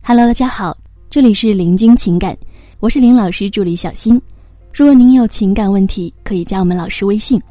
Hello， 大家好，这里是林君情感，我是林老师助理小新。如果您有情感问题，可以加我们老师微信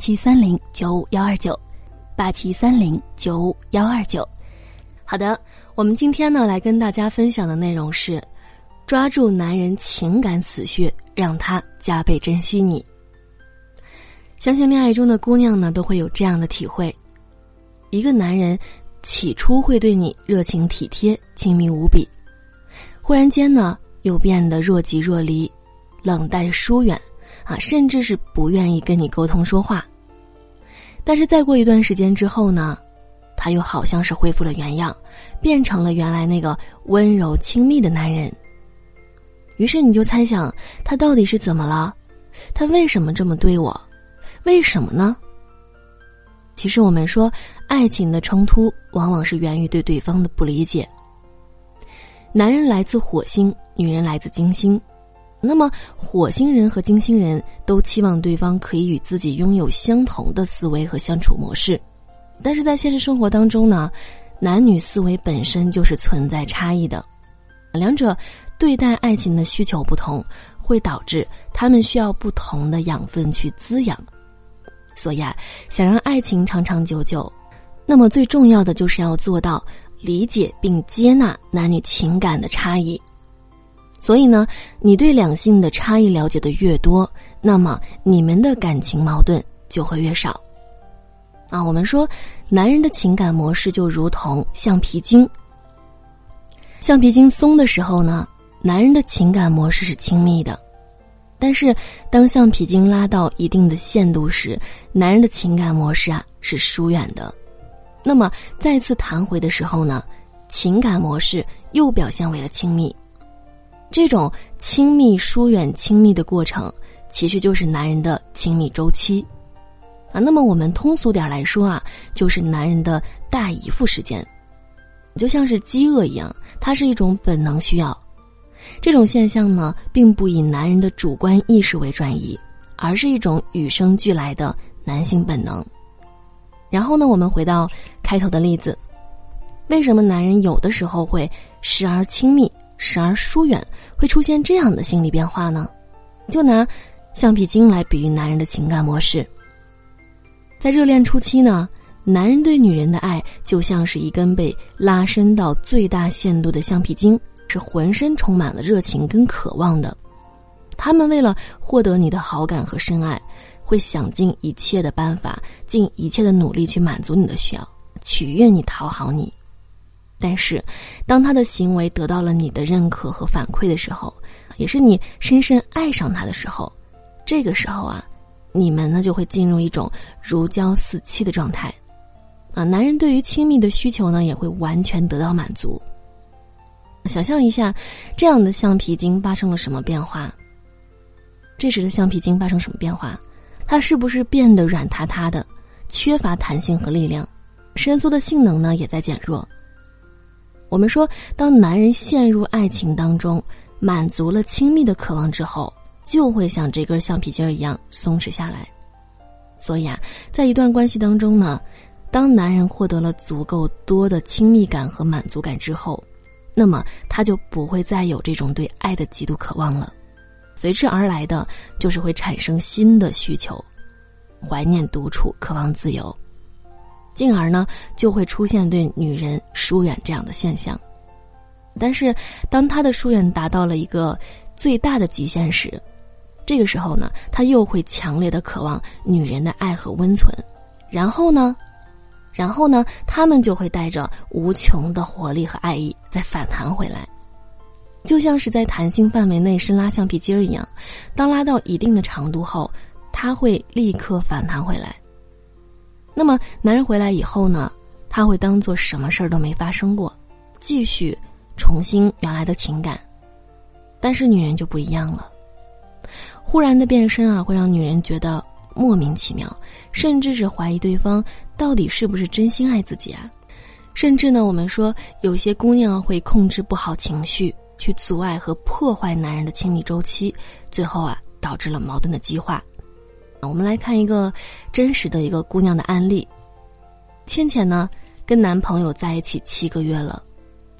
8730-95129，8730-95129。好的，我们今天呢来跟大家分享的内容是抓住男人情感死穴，让他加倍珍惜你。相信恋爱中的姑娘呢都会有这样的体会，一个男人起初会对你热情体贴，亲密无比，忽然间呢又变得若即若离，冷淡疏远甚至是不愿意跟你沟通说话。但是再过一段时间之后呢，他又好像是恢复了原样，变成了原来那个温柔亲密的男人。于是你就猜想，他到底是怎么了？他为什么这么对我？为什么呢？其实我们说，爱情的冲突往往是源于对对方的不理解。男人来自火星，女人来自金星。那么火星人和金星人都期望对方可以与自己拥有相同的思维和相处模式，但是在现实生活当中呢，男女思维本身就是存在差异的，两者对待爱情的需求不同，会导致他们需要不同的养分去滋养。所以想让爱情长长久久，那么最重要的就是要做到理解并接纳男女情感的差异。所以呢，你对两性的差异了解的越多，那么你们的感情矛盾就会越少。我们说男人的情感模式就如同橡皮筋，橡皮筋松的时候呢，男人的情感模式是亲密的，但是当橡皮筋拉到一定的限度时，男人的情感模式是疏远的。那么再次弹回的时候呢，情感模式又表现为了亲密。这种亲密疏远亲密的过程，其实就是男人的亲密周期那么我们通俗点来说就是男人的大姨夫时间。就像是饥饿一样，它是一种本能需要。这种现象呢，并不以男人的主观意识为转移，而是一种与生俱来的男性本能。然后呢，我们回到开头的例子，为什么男人有的时候会时而亲密，时而疏远，会出现这样的心理变化呢？就拿橡皮筋来比喻男人的情感模式。在热恋初期呢，男人对女人的爱就像是一根被拉伸到最大限度的橡皮筋，是浑身充满了热情跟渴望的。他们为了获得你的好感和深爱，会想尽一切的办法，尽一切的努力去满足你的需要，取悦你，讨好你。但是当他的行为得到了你的认可和反馈的时候，也是你深深爱上他的时候，这个时候你们呢就会进入一种如胶似漆的状态男人对于亲密的需求呢也会完全得到满足。想象一下，这样的橡皮筋发生了什么变化？这时的橡皮筋发生什么变化？它是不是变得软塌塌的，缺乏弹性和力量，伸缩的性能呢也在减弱。我们说，当男人陷入爱情当中，满足了亲密的渴望之后，就会像这根橡皮筋一样松弛下来。所以在一段关系当中呢，当男人获得了足够多的亲密感和满足感之后，那么他就不会再有这种对爱的极度渴望了，随之而来的就是会产生新的需求，怀念独处，渴望自由，进而呢就会出现对女人疏远这样的现象。但是当他的疏远达到了一个最大的极限时，这个时候呢，他又会强烈的渴望女人的爱和温存，然后呢他们就会带着无穷的活力和爱意再反弹回来，就像是在弹性范围内伸拉橡皮筋一样，当拉到一定的长度后，它会立刻反弹回来。那么男人回来以后呢，他会当做什么事儿都没发生过，继续重新原来的情感。但是女人就不一样了，忽然的变身会让女人觉得莫名其妙，甚至是怀疑对方到底是不是真心爱自己甚至呢，我们说有些姑娘会控制不好情绪，去阻碍和破坏男人的亲密周期，最后导致了矛盾的激化。我们来看一个真实的一个姑娘的案例。倩倩呢跟男朋友在一起7个月了，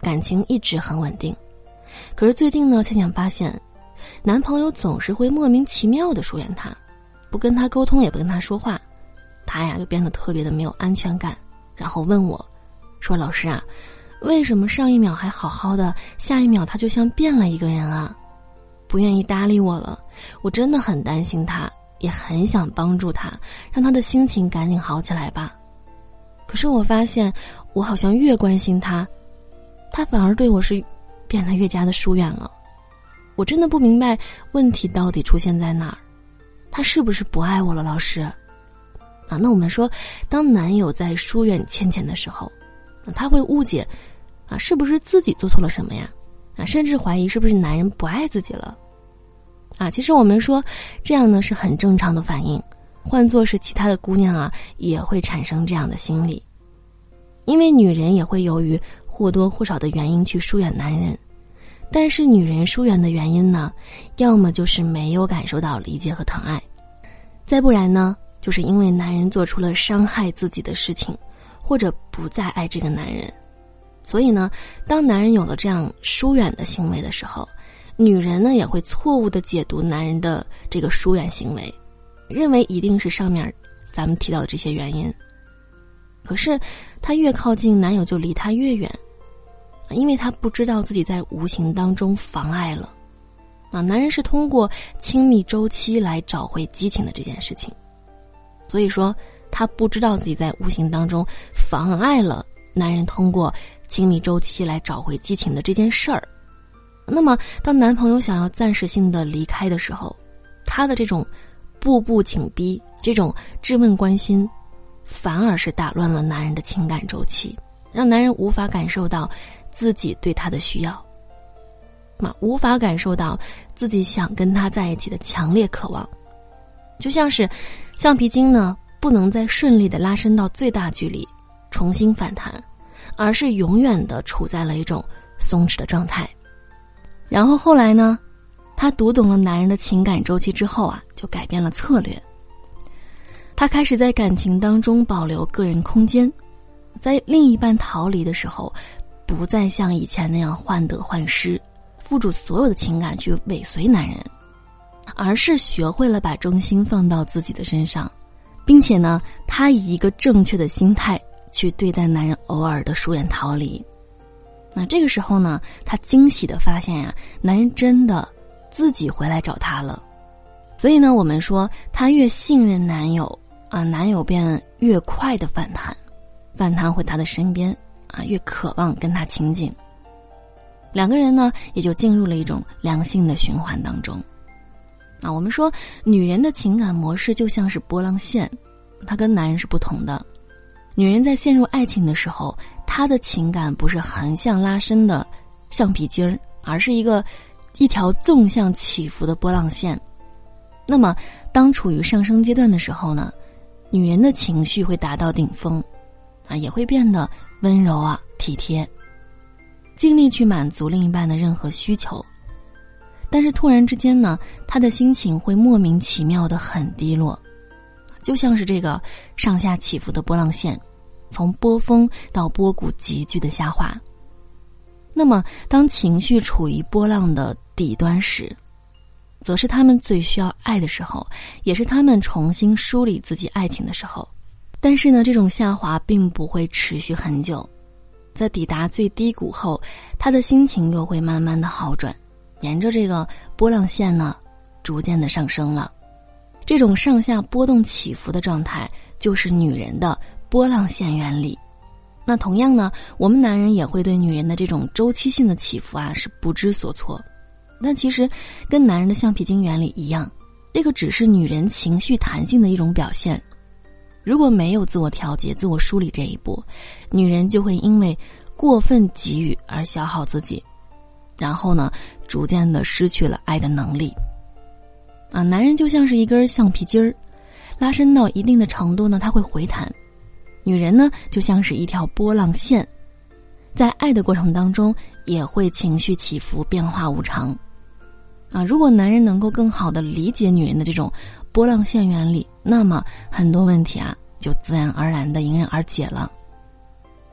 感情一直很稳定。可是最近呢，倩倩发现男朋友总是会莫名其妙地疏远她，不跟她沟通，也不跟她说话，她呀就变得特别的没有安全感，然后问我说，老师啊，为什么上一秒还好好的，下一秒他就像变了一个人啊，不愿意搭理我了。我真的很担心他，也很想帮助他，让他的心情赶紧好起来吧。可是我发现我好像越关心他，他反而对我是变得越加的疏远了。我真的不明白问题到底出现在哪儿，他是不是不爱我了，老师啊？那我们说，当男友在疏远倩倩的时候，他会误解是不是自己做错了什么呀？甚至怀疑是不是男人不爱自己了其实我们说这样呢是很正常的反应，换作是其他的姑娘也会产生这样的心理。因为女人也会由于或多或少的原因去疏远男人，但是女人疏远的原因呢，要么就是没有感受到理解和疼爱，再不然呢，就是因为男人做出了伤害自己的事情，或者不再爱这个男人。所以呢，当男人有了这样疏远的行为的时候，女人呢也会错误地解读男人的这个疏远行为，认为一定是上面咱们提到的这些原因。可是她越靠近，男友就离她越远，因为她不知道自己在无形当中妨碍了男人是通过亲密周期来找回激情的这件事情，所以说她不知道自己在无形当中妨碍了男人通过亲密周期来找回激情的这件事儿。那么当男朋友想要暂时性的离开的时候，她的这种步步紧逼，这种质问关心，反而是打乱了男人的情感周期，让男人无法感受到自己对他的需要，无法感受到自己想跟他在一起的强烈渴望。就像是橡皮筋呢，不能再顺利的拉伸到最大距离重新反弹，而是永远的处在了一种松弛的状态。然后后来呢，她读懂了男人的情感周期之后就改变了策略。她开始在感情当中保留个人空间，在另一半逃离的时候，不再像以前那样患得患失，付诸所有的情感去尾随男人，而是学会了把重心放到自己的身上，并且呢，她以一个正确的心态去对待男人偶尔的疏远逃离。那这个时候呢，她惊喜地发现男人真的自己回来找她了。所以呢，我们说她越信任男友男友便越快的反弹回她的身边越渴望跟她亲近。两个人呢也就进入了一种良性的循环当中我们说女人的情感模式就像是波浪线，她跟男人是不同的。女人在陷入爱情的时候，她的情感不是横向拉伸的橡皮筋，而是一条纵向起伏的波浪线。那么当处于上升阶段的时候呢，女人的情绪会达到顶峰也会变得温柔体贴，尽力去满足另一半的任何需求。但是突然之间呢，她的心情会莫名其妙的很低落，就像是这个上下起伏的波浪线，从波峰到波谷急剧的下滑。那么当情绪处于波浪的底端时，则是他们最需要爱的时候，也是他们重新梳理自己爱情的时候。但是呢，这种下滑并不会持续很久，在抵达最低谷后，他的心情又会慢慢的好转，沿着这个波浪线呢，逐渐的上升了。这种上下波动起伏的状态，就是女人的波浪线原理。那同样呢，我们男人也会对女人的这种周期性的起伏是不知所措。但其实跟男人的橡皮筋原理一样，这个只是女人情绪弹性的一种表现。如果没有自我调节、自我梳理这一步，女人就会因为过分给予而消耗自己，然后呢，逐渐的失去了爱的能力。男人就像是一根橡皮筋儿，拉伸到一定的程度呢，它会回弹。女人呢，就像是一条波浪线，在爱的过程当中也会情绪起伏、变化无常。如果男人能够更好的理解女人的这种波浪线原理，那么很多问题就自然而然的迎刃而解了。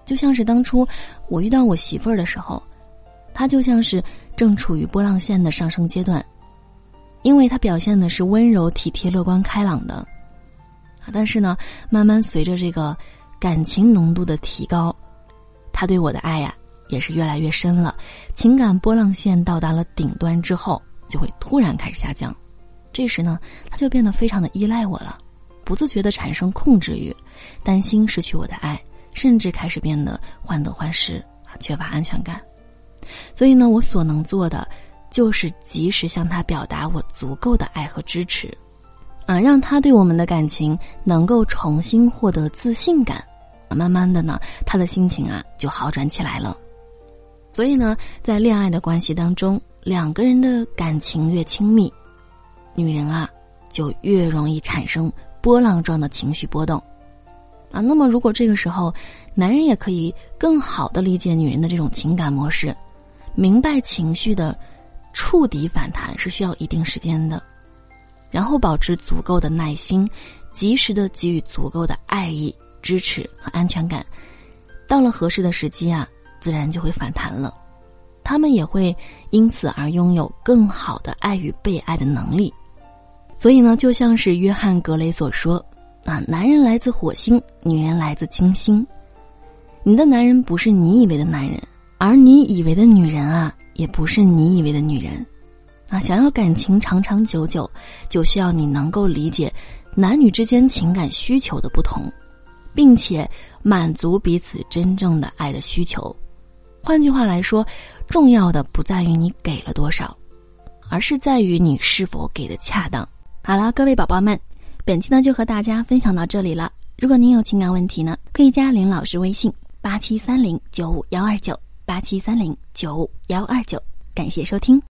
就像是当初我遇到我媳妇儿的时候，她就像是正处于波浪线的上升阶段，因为她表现的是温柔、体贴、乐观、开朗的。但是呢，慢慢随着这个感情浓度的提高，她对我的爱呀，也是越来越深了。情感波浪线到达了顶端之后，就会突然开始下降。这时呢，她就变得非常的依赖我了，不自觉地产生控制欲，担心失去我的爱，甚至开始变得患得患失，缺乏安全感。所以呢，我所能做的就是及时向她表达我足够的爱和支持，让她对我们的感情能够重新获得自信感。慢慢的呢，她的心情就好转起来了。所以呢，在恋爱的关系当中，两个人的感情越亲密，女人就越容易产生波浪状的情绪波动。那么如果这个时候男人也可以更好地理解女人的这种情感模式，明白情绪的触底反弹是需要一定时间的，然后保持足够的耐心，及时地给予足够的爱意、支持和安全感，到了合适的时机自然就会反弹了。他们也会因此而拥有更好的爱与被爱的能力。所以呢，就像是约翰·格雷所说，男人来自火星，女人来自金星。你的男人不是你以为的男人，而你以为的女人也不是你以为的女人。想要感情长长久久，就需要你能够理解男女之间情感需求的不同，并且满足彼此真正的爱的需求。换句话来说，重要的不在于你给了多少，而是在于你是否给的恰当。好了，各位宝宝们，本期呢就和大家分享到这里了。如果您有情感问题呢，可以加林老师微信8730951129，8730951129。感谢收听。